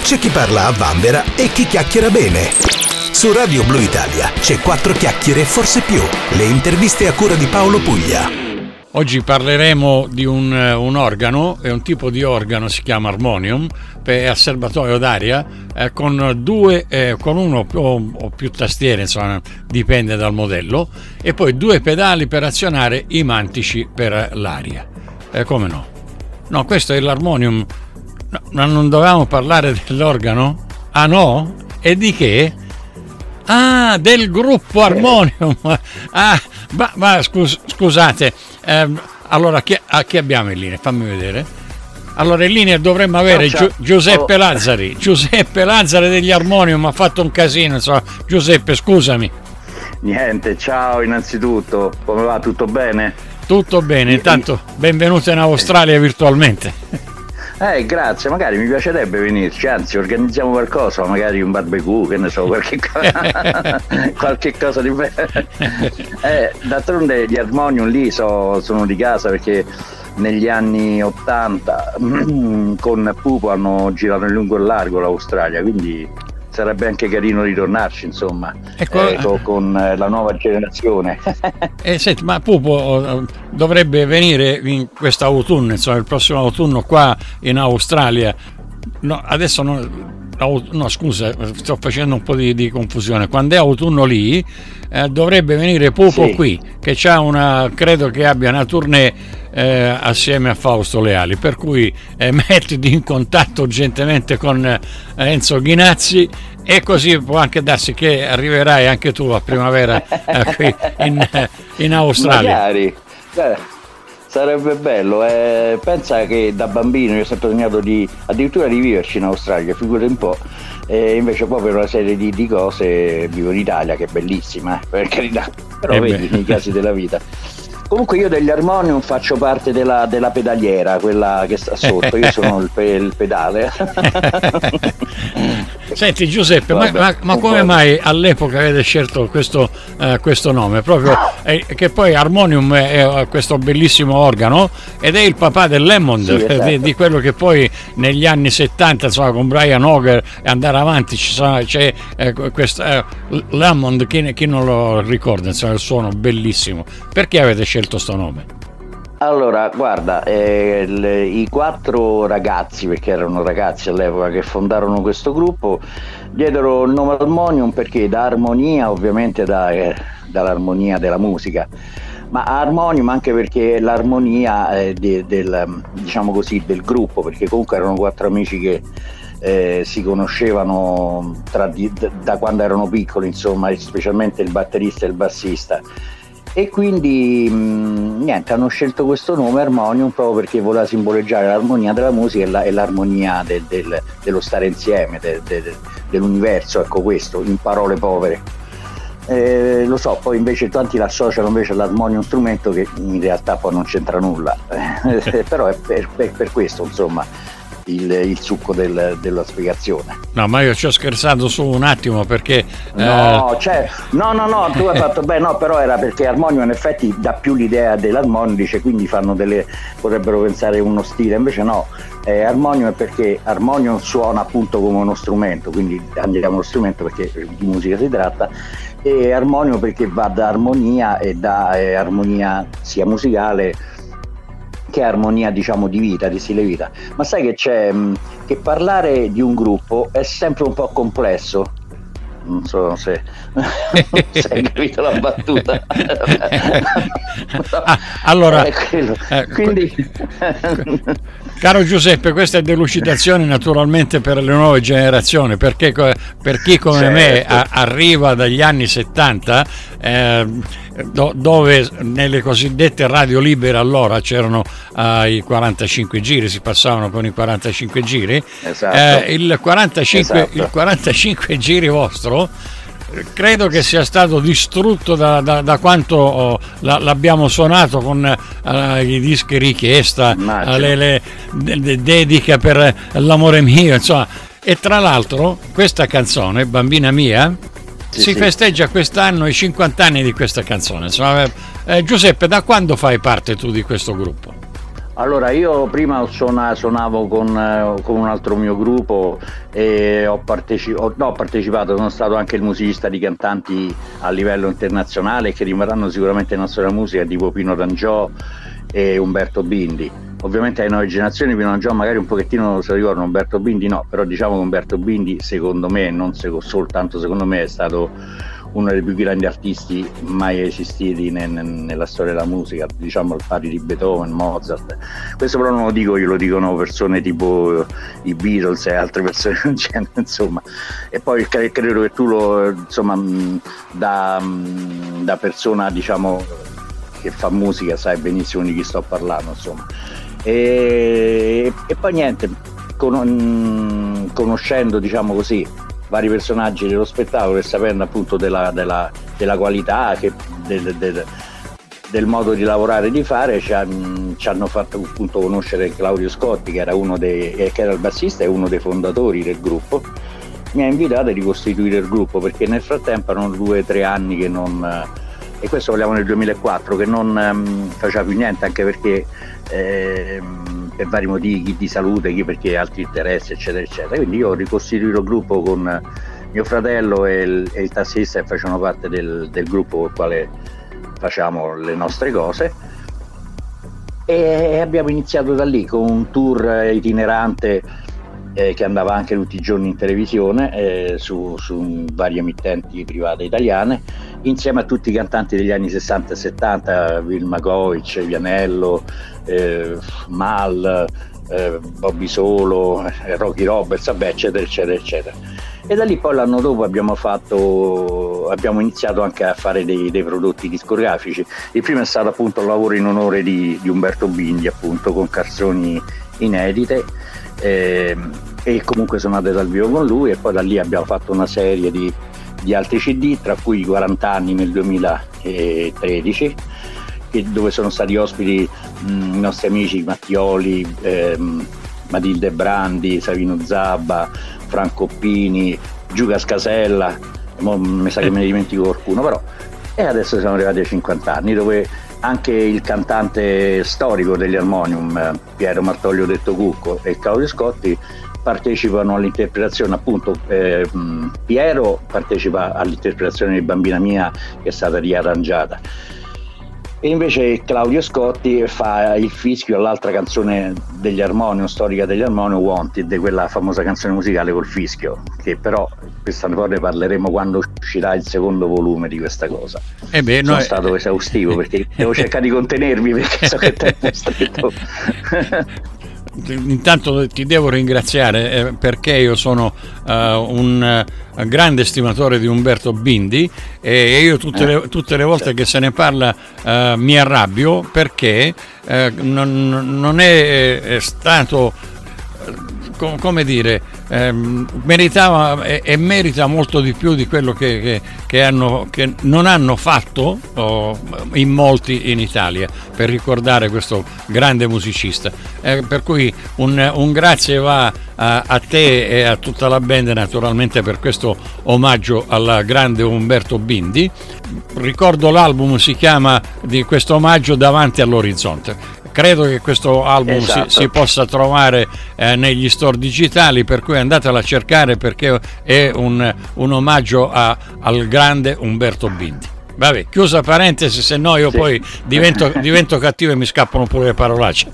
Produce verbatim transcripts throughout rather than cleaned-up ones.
C'è chi parla a vanvera e chi chiacchiera bene. Su Radio Blu Italia c'è Quattro Chiacchiere e forse più. Le interviste a cura di Paolo Puglia. Oggi parleremo di un, un organo, è un tipo di organo, si chiama armonium, per serbatoio d'aria, eh, con due, eh, con uno o, o più tastiere, insomma, dipende dal modello, e poi due pedali per azionare i mantici per l'aria. Eh, come no? No, questo è l'armonium. No, ma non dovevamo parlare dell'organo? Ah no? E di che? Ah, del gruppo Armonium. Ah, ma, ma scus, scusate, ehm, allora chi, a chi abbiamo in linea? Fammi vedere. Allora in linea dovremmo avere Gi- Giuseppe Lazzari. Giuseppe Lazzari degli Armonium ha fatto un casino, insomma. Giuseppe, scusami. Niente, ciao innanzitutto, come va? Tutto bene? Tutto bene, intanto benvenuto in Australia virtualmente. Eh, grazie, magari mi piacerebbe venirci, anzi organizziamo qualcosa, magari un barbecue, che ne so, qualche cosa, qualche cosa di bello. Eh, d'altronde gli Armonium lì so, sono di casa perché negli anni ottanta con Pupo hanno girato in lungo e largo l'Australia, quindi sarebbe anche carino ritornarci, insomma, ecco, eh, con, con la nuova generazione. Eh, senti, ma Pupo dovrebbe venire in quest'autunno, insomma, il prossimo autunno qua in Australia. No, adesso no, no, scusa, sto facendo un po' di, di confusione. Quando è autunno lì, eh, dovrebbe venire Pupo sì. qui, che c'ha una, credo che abbia una tournée eh, assieme a Fausto Leali, per cui eh, mettiti in contatto urgentemente con eh, Enzo Ghinazzi, e così può anche darsi che arriverai anche tu a primavera eh, qui in, in Australia. Magari, eh, sarebbe bello. Eh, pensa che da bambino io ho sempre sognato di addirittura di viverci in Australia, figurati un po'. E invece poi per una serie di, di cose vivo in Italia, che è bellissima, eh, per carità, però eh vedi, nei casi della vita. Comunque io degli Armonium faccio parte della, della pedaliera, quella che sta sotto, io sono il, pe, il pedale. Senti Giuseppe, ma, ma, ma come mai all'epoca avete scelto questo, eh, questo nome? Proprio eh, che poi Armonium è, è questo bellissimo organo ed è il papà del Lemond, sì, esatto. di, di quello che poi negli anni settanta, insomma, con Brian Auger e andare avanti ci sono, c'è eh, questo eh, Lemond, chi, chi non lo ricorda, insomma, il suono bellissimo. Perché avete scelto sto nome? Allora, guarda, eh, le, i quattro ragazzi, perché erano ragazzi all'epoca che fondarono questo gruppo, diedero il nome Armonium perché da armonia, ovviamente da, eh, dall'armonia della musica, ma Armonium anche perché l'armonia eh, de, del, diciamo così, del gruppo, perché comunque erano quattro amici che eh, si conoscevano tra di, da quando erano piccoli, insomma, specialmente il batterista e il bassista. E quindi mh, niente, hanno scelto questo nome Armonium proprio perché voleva simboleggiare l'armonia della musica e, la, e l'armonia del, del, dello stare insieme, de, de, de, dell'universo, ecco, questo in parole povere. Eh, lo so, poi invece tanti l'associano invece all'armonium strumento, che in realtà poi non c'entra nulla, però è per, per, per questo, insomma, il, il succo del, della spiegazione. No, ma io ci ho scherzato su un attimo perché no, eh... cioè, no no no tu hai fatto bene, no, però era perché Armonium in effetti dà più l'idea dell'armonium, dice, quindi fanno delle, potrebbero pensare uno stile, invece no, eh, Armonium è perché Armonium suona appunto come uno strumento, quindi andiamo allo strumento perché di musica si tratta, e Armonium perché va da armonia e da eh, armonia sia musicale che armonia, diciamo, di vita, di stile vita. Ma sai che c'è, che parlare di un gruppo è sempre un po' complesso, non so se, se hai capito la battuta. Ah, allora eh, quindi caro Giuseppe, questa è delucidazione naturalmente per le nuove generazioni, perché per chi come certo. me a, arriva dagli anni settanta, eh, do, dove nelle cosiddette radio libere allora c'erano uh, i quarantacinque giri, si passavano con i quarantacinque giri, esatto. eh, il quarantacinque esatto. il quarantacinque giri vostro credo che sia stato distrutto da, da, da quanto oh, la, l'abbiamo suonato con uh, i dischi richiesta, uh, le, le, le dediche per l'amore mio, insomma. E tra l'altro questa canzone, Bambina mia, sì, si sì. festeggia quest'anno i cinquanta anni di questa canzone, insomma. Eh, Giuseppe, da quando fai parte tu di questo gruppo? Allora, io prima suona, suonavo con, eh, con un altro mio gruppo e ho, parteci- ho, no, ho partecipato, sono stato anche il musicista di cantanti a livello internazionale che rimarranno sicuramente nella storia della musica, tipo Pino D'Angiò e Umberto Bindi. Ovviamente alle nuove generazioni Pino D'Angiò magari un pochettino se lo ricordano, Umberto Bindi no, però diciamo che Umberto Bindi secondo me, non seco- soltanto secondo me, è stato uno dei più grandi artisti mai esistiti ne, ne, nella storia della musica, diciamo al pari di Beethoven, Mozart. Questo però non lo dico io, lo dicono persone tipo i Beatles e altre persone del genere, insomma. E poi credo che tu lo, insomma, da, da persona, diciamo, che fa musica sai benissimo di chi sto parlando, insomma. E, e poi niente, con, conoscendo, diciamo così, vari personaggi dello spettacolo e sapendo appunto della, della, della qualità che, del, del, del modo di lavorare e di fare, ci, han, ci hanno fatto appunto conoscere Claudio Scotti, che era uno dei, che era il bassista e uno dei fondatori del gruppo. Mi ha invitato a ricostituire il gruppo perché nel frattempo erano due o tre anni che non, e questo parliamo nel duemilaquattro, che non um, faceva più niente, anche perché eh, per vari motivi, chi di salute, chi perché altri interessi, eccetera eccetera. Quindi io ho ricostituito il gruppo con mio fratello e il, e il tassista, che facevano parte del, del gruppo con il quale facciamo le nostre cose, e abbiamo iniziato da lì con un tour itinerante eh, che andava anche tutti i giorni in televisione eh, su, su varie emittenti private italiane, insieme a tutti i cantanti degli anni sessanta e settanta, Vilma Goic, Vianello, eh, Mal, eh, Bobby Solo, eh, Rocky Roberts, vabbè, eccetera eccetera eccetera. E da lì poi l'anno dopo abbiamo fatto abbiamo iniziato anche a fare dei, dei prodotti discografici. Il primo è stato appunto il lavoro in onore di, di Umberto Bindi, appunto, con canzoni inedite, eh, e comunque suonate dal vivo con lui, e poi da lì abbiamo fatto una serie di di altri C D, tra cui quaranta anni nel duemilatredici, che, dove sono stati ospiti mh, i nostri amici Mattioli, ehm, Matilde Brandi, Savino Zabba, Franco Pini, Giuca Scasella, mo, mi sa che me ne dimentico qualcuno, però. E adesso siamo arrivati ai cinquanta anni, dove anche il cantante storico degli Harmonium, Piero Martoglio detto Cucco, e Claudio Scotti partecipano all'interpretazione, appunto eh, Piero partecipa all'interpretazione di Bambina Mia, che è stata riarrangiata, e invece Claudio Scotti fa il fischio all'altra canzone degli Harmonium, storica degli Harmonium, Wanted, quella famosa canzone musicale col fischio, che però questa poi ne parleremo quando uscirà il secondo volume di questa cosa. Eh beh, sono noi... stato esaustivo perché devo cercare di contenermi perché so che tempo è stretto. Intanto ti devo ringraziare eh, perché io sono uh, un uh, grande stimatore di Umberto Bindi, e io tutte le, tutte le volte che se ne parla uh, mi arrabbio, perché uh, non, non è, è stato, uh, come dire, eh, meritava e, e merita molto di più di quello che, che, che, hanno, che non hanno fatto oh, in molti in Italia, per ricordare questo grande musicista. Eh, per cui un, un grazie va a, a te e a tutta la band, naturalmente, per questo omaggio al grande Umberto Bindi. Ricordo l'album si chiama di questo omaggio Davanti all'orizzonte. Credo che questo album esatto. si, si possa trovare eh, negli store digitali, per cui andatelo a cercare, perché è un, un omaggio a, al grande Umberto Bindi. Vabbè, chiusa parentesi, se no io sì. poi divento, divento cattivo e mi scappano pure le parolacce.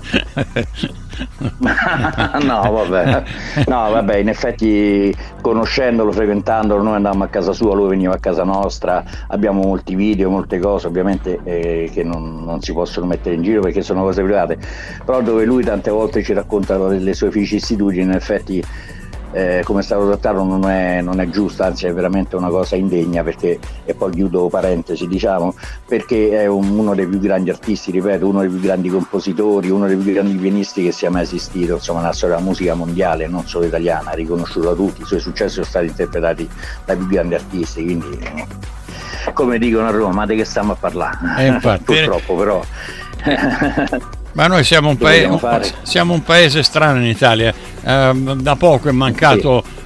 no vabbè no vabbè in effetti, conoscendolo, frequentandolo, noi andavamo a casa sua, lui veniva a casa nostra, abbiamo molti video, molte cose ovviamente eh, che non, non si possono mettere in giro perché sono cose private, però dove lui tante volte ci racconta le sue vicissitudini, in effetti eh, come è stato trattato non è, non è giusto, anzi è veramente una cosa indegna, perché, e poi chiudo parentesi, diciamo, perché è un, uno dei più grandi artisti, ripeto, uno dei più grandi compositori, uno dei più grandi pianisti che sia mai esistito, insomma, nella storia della musica mondiale, non solo italiana, riconosciuto da tutti, i suoi successi sono stati interpretati dai più grandi artisti, quindi come dicono a Roma, ma di che stiamo a parlare? Eh, infatti, purtroppo però ma noi siamo un, paese, siamo un paese strano in Italia. Eh, da poco è mancato sì.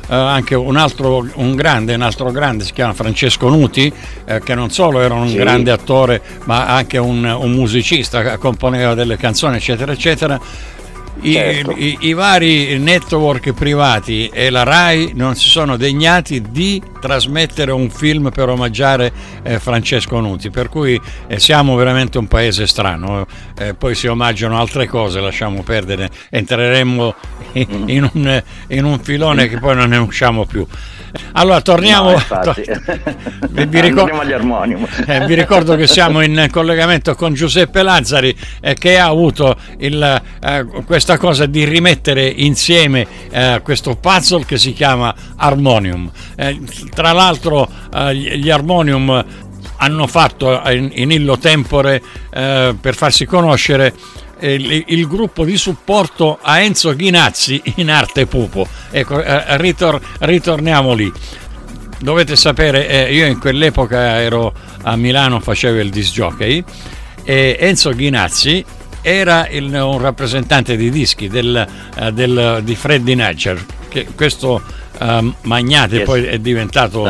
eh, anche un altro un grande, un altro grande si chiama Francesco Nuti, eh, che non solo era un sì. grande attore ma anche un, un musicista, componeva delle canzoni eccetera eccetera. I, certo. i, i vari network privati e la Rai non si sono degnati di trasmettere un film per omaggiare eh, Francesco Nuti, per cui eh, siamo veramente un paese strano, eh, poi si omaggiano altre cose, lasciamo perdere, entreremmo in, in, un, in un filone che poi non ne usciamo più. Allora torniamo, no, to- vi, vi, ricor- agli Armonium. eh, vi ricordo che siamo in collegamento con Giuseppe Lazzari, eh, che ha avuto il, eh, questa cosa di rimettere insieme eh, questo puzzle che si chiama Armonium. Eh, tra l'altro eh, gli Armonium hanno fatto in, in illo tempore, eh, per farsi conoscere, Il, il gruppo di supporto a Enzo Ghinazzi in arte Pupo. Ecco, eh, ritor, ritorniamo lì. Dovete sapere, eh, io in quell'epoca ero a Milano, facevo il disc jockey, e Enzo Ghinazzi era il, un rappresentante di dischi del, uh, del, di Freddie Nagger, che questo uh, magnate yes. poi è diventato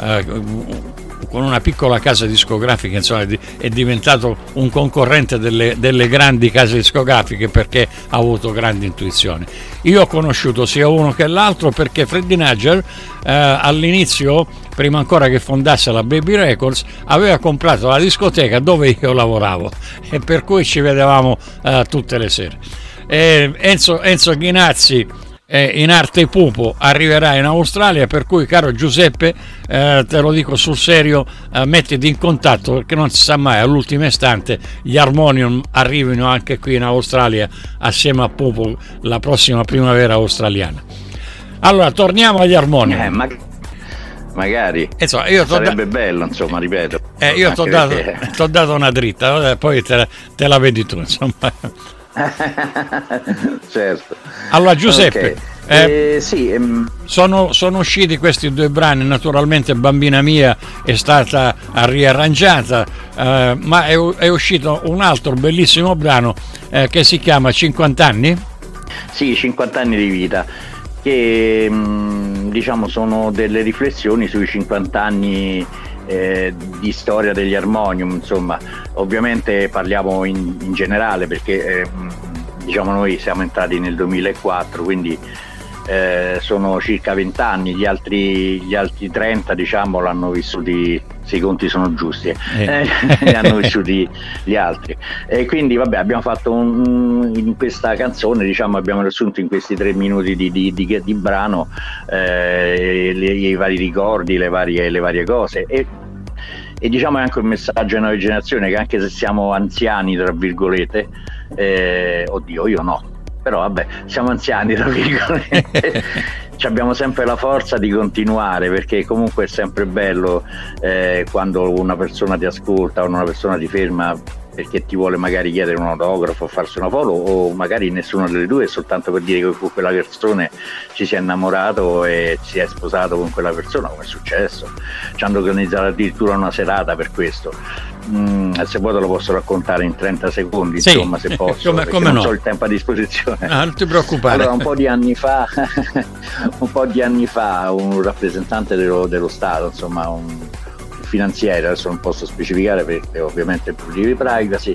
uh, con una piccola casa discografica, insomma, è diventato un concorrente delle, delle grandi case discografiche perché ha avuto grandi intuizioni. Io ho conosciuto sia uno che l'altro perché Freddie Nagger eh, all'inizio, prima ancora che fondasse la Baby Records, aveva comprato la discoteca dove io lavoravo e per cui ci vedevamo eh, tutte le sere. E Enzo, Enzo Ghinazzi in arte Pupo arriverà in Australia, per cui caro Giuseppe, eh, te lo dico sul serio, eh, mettiti in contatto perché non si sa mai, all'ultimo istante gli Armonium arrivino anche qui in Australia assieme a Pupo la prossima primavera australiana. Allora torniamo agli Armonium. Eh, ma... magari insomma, io sarebbe da... bello, insomma, ripeto, eh, io ti ho dato, perché... dato una dritta, poi te la, te la vedi tu, insomma. Certo. Allora Giuseppe, okay. eh, eh, sì, ehm... sono, sono usciti questi due brani, naturalmente Bambina Mia è stata riarrangiata, eh, ma è, è uscito un altro bellissimo brano eh, che si chiama cinquanta anni? Sì, cinquanta anni di vita, che mh, diciamo sono delle riflessioni sui cinquanta anni Eh, di storia degli Armonium, insomma. Ovviamente parliamo in, in generale perché eh, diciamo noi siamo entrati nel duemilaquattro, quindi eh, sono circa venti anni, gli altri, gli altri trenta diciamo l'hanno vissuti, se i conti sono giusti, eh. Eh, li hanno vissuti gli altri, e quindi vabbè abbiamo fatto un, in questa canzone diciamo abbiamo riassunto in questi tre minuti di, di, di, di brano eh, le, i vari ricordi, le varie, le varie cose, e, e diciamo è anche un messaggio alle nuove generazioni che anche se siamo anziani tra virgolette, eh, oddio io no, però vabbè siamo anziani tra virgolette abbiamo sempre la forza di continuare, perché comunque è sempre bello eh, quando una persona ti ascolta o una persona ti ferma perché ti vuole magari chiedere un autografo o farsi una foto, o magari nessuna delle due, soltanto per dire che con quella persona ci si è innamorato e si è sposato con quella persona, come è successo. Ci hanno organizzato addirittura una serata per questo. Mm, se vuoi te lo posso raccontare in trenta secondi, sì, insomma, se posso, come, come non no. ho il tempo a disposizione. Ah, non ti preoccupare. Allora, un po' di anni fa un po' di anni fa un rappresentante dello, dello Stato, insomma un finanziere, adesso non posso specificare perché ovviamente per motivi di privacy,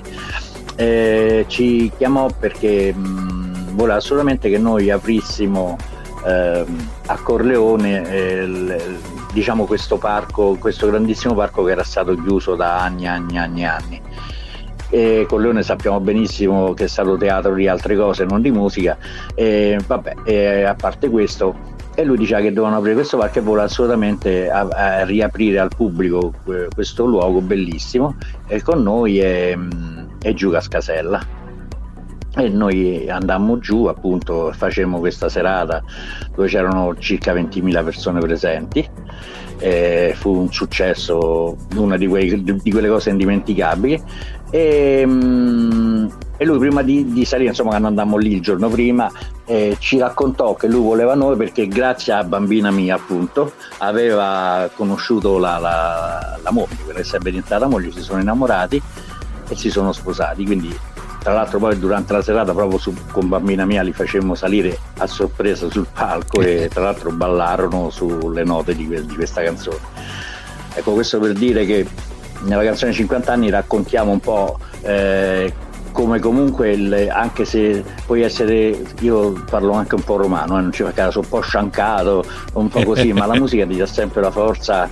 eh, ci chiamò perché mh, voleva assolutamente che noi aprissimo eh, a Corleone eh, il, diciamo questo parco, questo grandissimo parco che era stato chiuso da anni anni anni anni. E Corleone sappiamo benissimo che è stato teatro di altre cose, non di musica, e vabbè, e a parte questo, e lui diceva che dovevano aprire questo parco e voleva assolutamente a, a riaprire al pubblico questo luogo bellissimo, e con noi è, è giù Cascasella, e noi andammo giù, appunto facemmo questa serata dove c'erano circa ventimila persone presenti. Eh, fu un successo, una di, quei, di quelle cose indimenticabili, e, um, e lui prima di, di salire, insomma, quando andammo lì il giorno prima, eh, ci raccontò che lui voleva noi perché grazie a Bambina Mia, appunto, aveva conosciuto la, la, la moglie, per essere diventata moglie, si sono innamorati e si sono sposati, quindi tra l'altro poi durante la serata proprio su, con bambina mia li facemmo salire a sorpresa sul palco e tra l'altro ballarono sulle note di, di questa canzone. Ecco, questo per dire che nella canzone cinquanta anni raccontiamo un po' eh, come comunque il, anche se puoi essere, io parlo anche un po' romano, eh, non ci fa caso, sono un po' sciancato, un po' così, ma la musica ti dà sempre la forza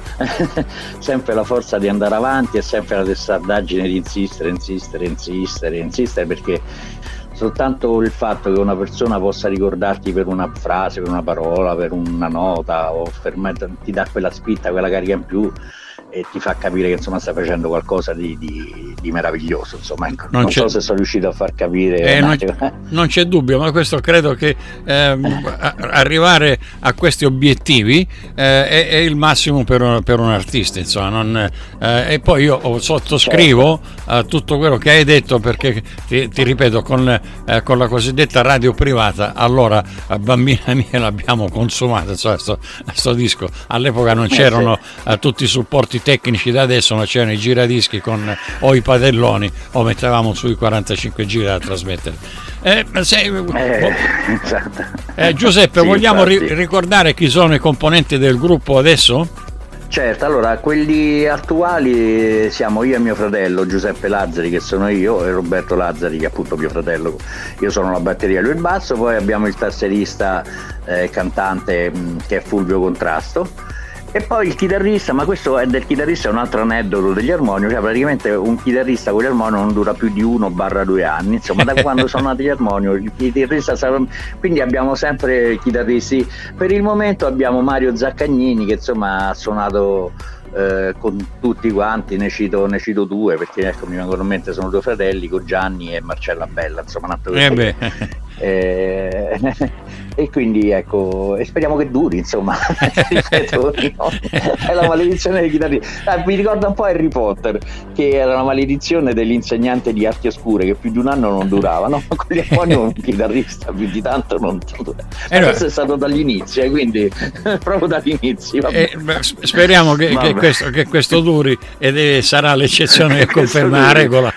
sempre la forza di andare avanti e sempre la testardaggine di insistere, insistere, insistere, insistere, perché soltanto il fatto che una persona possa ricordarti per una frase, per una parola, per una nota o fermata, ti dà quella spinta, quella carica in più e ti fa capire che insomma stai facendo qualcosa di, di, di meraviglioso, insomma, ecco. non, non so se sono riuscito a far capire eh, non, c'è, non c'è dubbio, ma questo credo che eh, arrivare a questi obiettivi eh, è, è il massimo per un, per un artista, insomma, non, eh, e poi io sottoscrivo certo. eh, tutto quello che hai detto, perché ti, ti ripeto, con, eh, con la cosiddetta radio privata, allora a bambina mia l'abbiamo consumato, insomma, sto, sto disco, all'epoca non c'erano eh, sì. eh, tutti i supporti tecnici da adesso, ma c'erano i giradischi con o i padelloni o mettevamo sui quarantacinque giri da trasmettere. Eh, sei, eh, esatto. eh, Giuseppe, sì, vogliamo ri- ricordare chi sono i componenti del gruppo adesso? Certo, allora quelli attuali siamo io e mio fratello Giuseppe Lazzari, che sono io, e Roberto Lazzari, che è appunto mio fratello. Io sono la batteria e lui il basso, poi abbiamo il tasserista eh, cantante mh, che è Fulvio Contrasto. E poi il chitarrista, ma questo è del chitarrista, è un altro aneddoto degli Armonio, cioè praticamente un chitarrista con gli Armonio non dura più di uno barra due anni, insomma, da quando sono nati gli Armonio, il chitarrista sarà, quindi abbiamo sempre chitarristi. Per il momento abbiamo Mario Zaccagnini, che insomma ha suonato eh, con tutti quanti, ne cito, ne cito due, perché ecco mi vengono in mente, sono due fratelli, con Gianni e Marcella Bella, insomma, un altro eh beh. Eh, e quindi ecco, e speriamo che duri, insomma. Ripeto, no? È la maledizione dei chitarristi. Ah, mi ricorda un po' Harry Potter, che era una maledizione dell'insegnante di arti oscure che più di un anno non durava, no? Con gli Armonio un chitarrista più di tanto non dura. Ma questo è stato dagli inizi, eh, quindi proprio dagli inizi. Eh, speriamo che, che, questo, che questo duri, ed sarà l'eccezione che conferma la regola.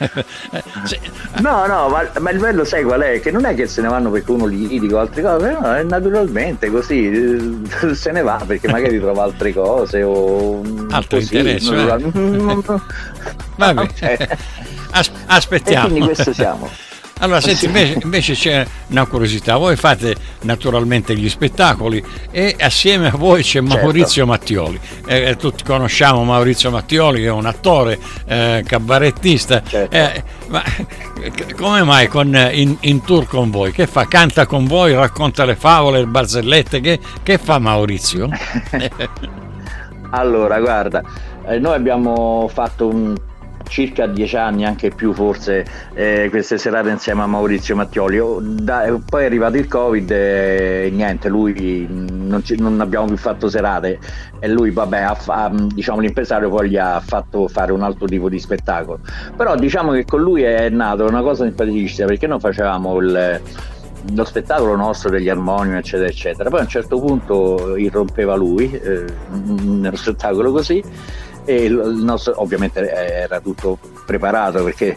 No, no, ma, ma il bello sai qual è? Che non è che se ne vanno perché uno li litiga o altre cose, no, è naturalmente così se ne va perché magari trova altre cose o altro così, interesse. Non... Eh. Vabbè, cioè, As- aspettiamo. E quindi questo siamo. Allora, senti, invece, invece c'è una curiosità, voi fate naturalmente gli spettacoli e assieme a voi c'è Maurizio certo. Mattioli, eh, tutti conosciamo Maurizio Mattioli, che è un attore, eh, cabarettista, certo. eh, ma come mai con, in, in tour con voi? Che fa? Canta con voi, racconta le favole, le barzellette, che, che fa Maurizio? Allora, guarda, eh, noi abbiamo fatto un circa dieci anni, anche più forse, eh, queste serate insieme a Maurizio Mattioli. Da, poi è arrivato il Covid e niente, lui non, ci, non abbiamo più fatto serate e lui vabbè ha, ha, diciamo l'impresario poi gli ha fatto fare un altro tipo di spettacolo, però diciamo che con lui è nato una cosa simpaticissima, perché noi facevamo il lo spettacolo nostro degli Armonio eccetera eccetera, poi a un certo punto irrompeva lui eh, nello spettacolo così, e il nostro ovviamente era tutto preparato, perché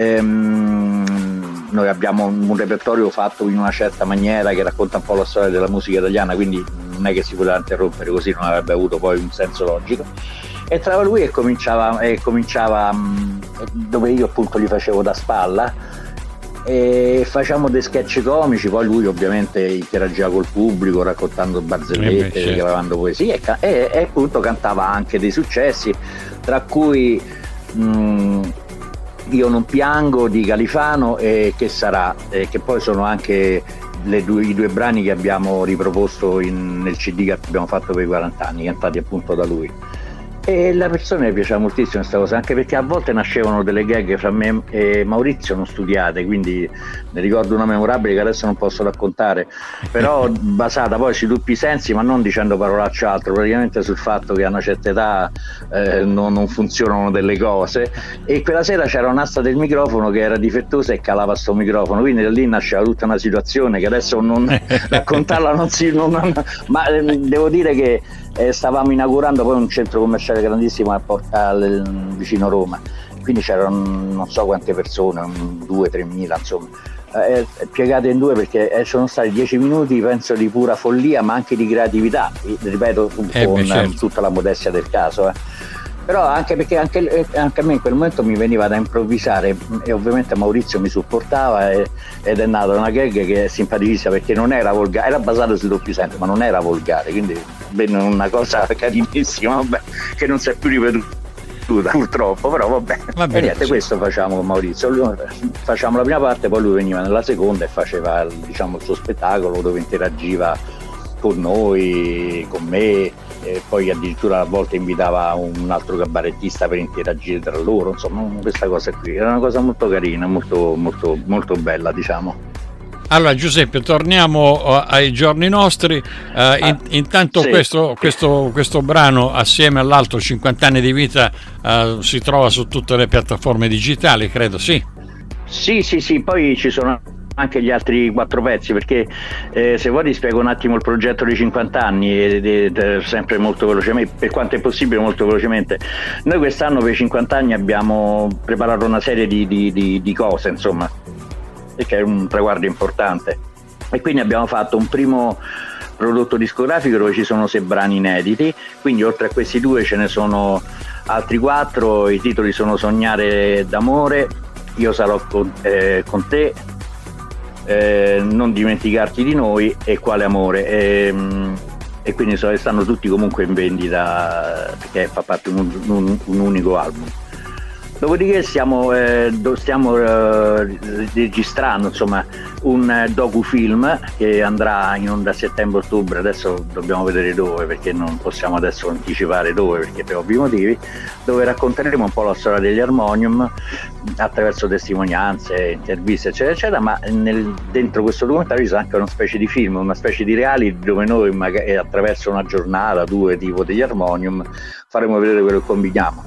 ehm, noi abbiamo un repertorio fatto in una certa maniera che racconta un po' la storia della musica italiana, quindi non è che si poteva interrompere così, non avrebbe avuto poi un senso logico. Entrava lui e cominciava, e cominciava dove io appunto gli facevo da spalla e facciamo dei sketch comici, poi lui ovviamente interagiva col pubblico raccontando barzellette, eh beh, certo. Gravando poesie e, e, e appunto cantava anche dei successi, tra cui mh, Io non piango di Califano e Che sarà, eh, che poi sono anche le due, i due brani che abbiamo riproposto in, nel C D che abbiamo fatto per i quaranta anni, cantati appunto da lui. E la persona mi piaceva moltissimo questa cosa, anche perché a volte nascevano delle gag fra me e Maurizio non studiate, quindi ne ricordo una memorabile che adesso non posso raccontare, però basata poi sui doppi sensi, ma non dicendo parolacce o altro, praticamente sul fatto che a una certa età eh, non, non funzionano delle cose, e quella sera c'era un'asta del microfono che era difettosa e calava sto microfono, quindi da lì nasceva tutta una situazione che adesso non raccontarla non si... Non, non, ma eh, devo dire che Eh, stavamo inaugurando poi un centro commerciale grandissimo a Porta, al, vicino Roma, quindi c'erano non so quante persone, due tre mila insomma, eh, piegate in due, perché eh, sono stati dieci minuti penso di pura follia, ma anche di creatività, ripeto, eh con beh, certo. tutta la modestia del caso, eh. Però anche perché anche, anche a me in quel momento mi veniva da improvvisare, e ovviamente Maurizio mi supportava, e, ed è nata una gag che è simpaticissima, perché non era volgare, era basata sui doppi sensi, ma non era volgare, quindi venne una cosa carinissima, vabbè, che non si è più ripetuta purtroppo, però vabbè, vabbè e niente, sì. Questo facciamo con Maurizio, lui, facciamo la prima parte, poi lui veniva nella seconda e faceva, diciamo, il suo spettacolo dove interagiva con noi, con me, e poi addirittura a volte invitava un altro cabarettista per interagire tra loro, insomma questa cosa qui era una cosa molto carina, molto molto molto bella, diciamo. Allora Giuseppe, torniamo uh, ai giorni nostri, uh, in, intanto sì. questo, questo, questo brano assieme all'altro cinquanta anni di vita uh, si trova su tutte le piattaforme digitali, credo, sì? Sì, sì, sì, poi ci sono anche gli altri quattro pezzi, perché eh, se vuoi ti spiego un attimo il progetto dei cinquanta anni, e, e, sempre molto velocemente, per quanto è possibile molto velocemente. Noi quest'anno per i cinquanta anni abbiamo preparato una serie di, di, di, di cose, insomma, che è un traguardo importante, e quindi abbiamo fatto un primo prodotto discografico dove ci sono sei brani inediti, quindi oltre a questi due ce ne sono altri quattro. I titoli sono Sognare d'amore, Io sarò con, eh, con te, eh, Non dimenticarti di noi e Quale amore, e, e quindi stanno tutti comunque in vendita, perché fa parte di un, un, un unico album. Dopodiché stiamo, eh, stiamo eh, registrando insomma un eh, docufilm che andrà in onda a settembre-ottobre, adesso dobbiamo vedere dove, perché non possiamo adesso anticipare dove, perché per ovvi motivi, dove racconteremo un po' la storia degli Harmonium attraverso testimonianze, interviste eccetera eccetera, ma nel, dentro questo documentario c'è anche una specie di film, una specie di reality dove noi magari, attraverso una giornata, due tipo degli Harmonium, faremo vedere quello che combiniamo.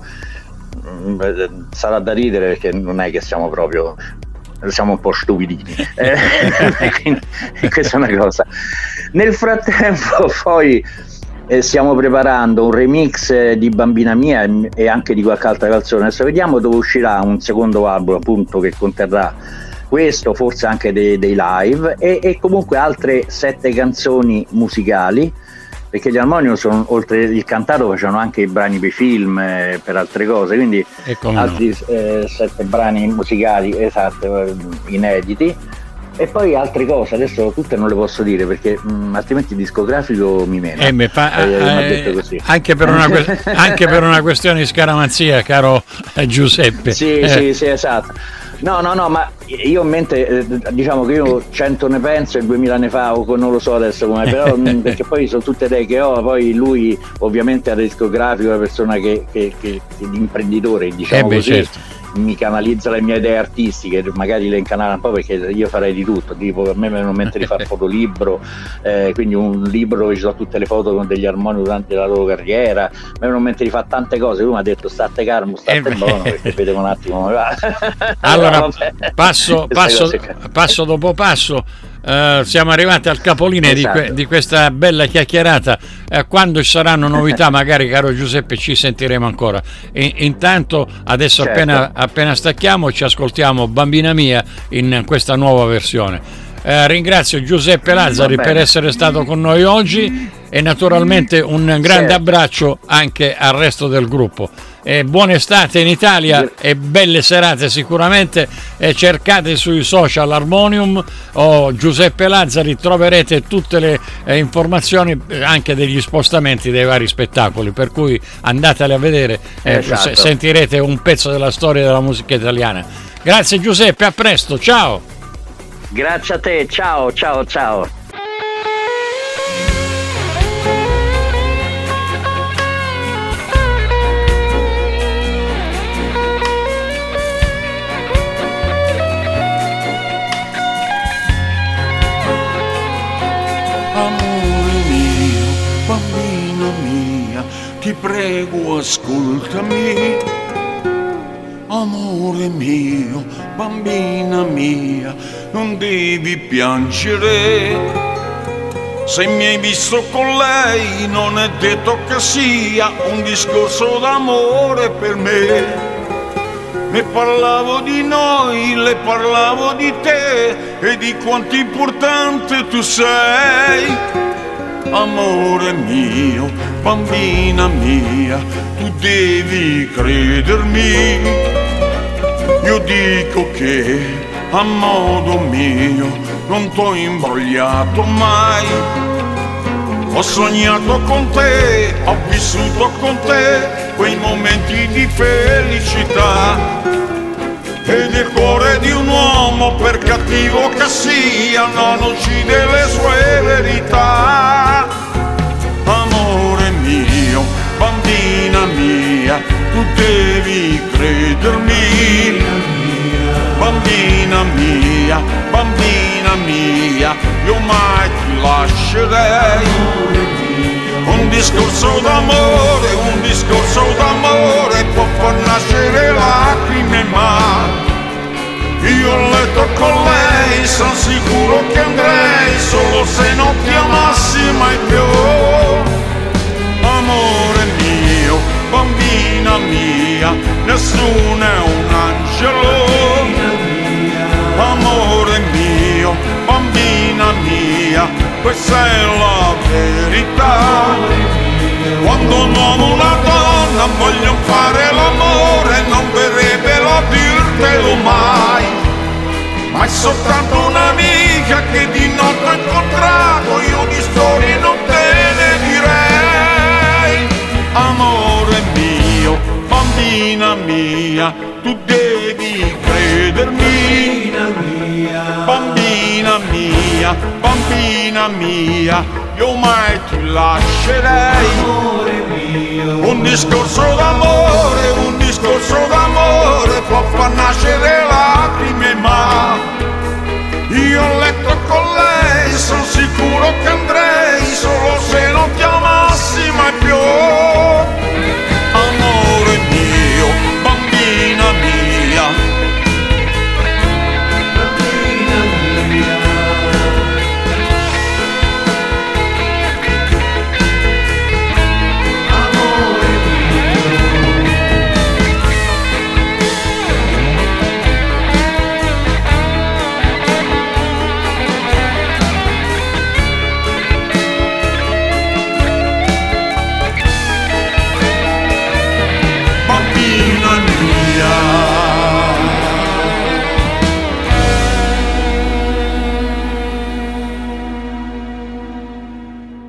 Sarà da ridere perché non è che siamo proprio, siamo un po' stupidini, eh, quindi questa è una cosa. Nel frattempo poi eh, stiamo preparando un remix eh, di Bambina Mia e, e anche di qualche altra canzone. Adesso vediamo dove uscirà un secondo album appunto che conterrà questo, forse anche dei, dei live e, e comunque altre sette canzoni musicali, perché gli Harmonium sono, oltre il cantato, facevano anche i brani per film, eh, per altre cose, quindi altri no. eh, sette brani musicali, esatto, inediti, e poi altre cose, adesso tutte non le posso dire perché mh, altrimenti il discografico mi mena. Eh, mi fa, eh, eh, detto così. Anche, per una, anche per una questione di scaramanzia, caro Giuseppe. Sì, eh. sì, sì, esatto. No, no, no, ma io in mente, eh, diciamo che io cento ne penso e duemila ne fa, o non lo so adesso come, però perché poi sono tutte idee che ho, poi lui ovviamente è discografico, è una persona che, che, che, che di imprenditore, diciamo eh beh, così, certo. Mi canalizza le mie idee artistiche, magari le incanala un po' perché io farei di tutto, tipo per me mi viene in mente di fare fotolibro, eh, quindi un libro dove ci sono tutte le foto con degli Harmonium durante la loro carriera, mi viene in mente di fare tante cose. Lui mi ha detto state calmo, state eh buono, perché vedevo un attimo come va. Allora vabbè, passo, passo, passo dopo passo. Uh, siamo arrivati al capolinea esatto. di, que- di questa bella chiacchierata. Uh, quando ci saranno novità magari, caro Giuseppe, ci sentiremo ancora. E, intanto adesso certo. appena, appena stacchiamo ci ascoltiamo Bambina Mia in questa nuova versione. Uh, ringrazio Giuseppe Lazzari per essere stato con noi oggi e naturalmente un grande certo. abbraccio anche al resto del gruppo. E buona estate in Italia e belle serate sicuramente, e cercate sui social Harmonium o Giuseppe Lazzari, troverete tutte le eh, informazioni anche degli spostamenti dei vari spettacoli, per cui andateli a vedere, eh, esatto. se, sentirete un pezzo della storia della musica italiana. Grazie Giuseppe, a presto, ciao. Grazie a te, ciao ciao ciao. Ti prego, ascoltami, amore mio, bambina mia, non devi piangere. Se mi hai visto con lei, non è detto che sia un discorso d'amore per me. e parlavo di noi, le parlavo di te e di quanto importante tu sei. Amore mio, bambina mia, tu devi credermi. Io dico che a modo mio non t'ho imbrogliato mai. Ho sognato con te, ho vissuto con te quei momenti di felicità. Ed il cuore di un uomo, per cattivo che sia, non uccide le sue verità. Amore mio, bambina mia, tu devi credermi. Bambina mia, bambina mia, io mai ti lascerei. Un discorso d'amore, un discorso d'amore può far nascere lacrime, ma io ho letto con lei, sono sicuro che andrei solo se non ti amassi mai più. Amore mio, bambina mia, nessuno è un angelo. Amore mio, bambina mia, questa è la verità. Quando un uomo e una donna vogliono fare l'amore, non verrebbero a dirtelo mai. Ma è soltanto un'amica che di notte ho incontrato, io di storie non te ne direi. Amore mio, bambina mia, tu devi credermi. Bambina mia, bambina mia, io mai ti lascerei. Un discorso d'amore, un discorso d'amore può far nascere lacrime, ma io ho letto con lei, sono sicuro che andrei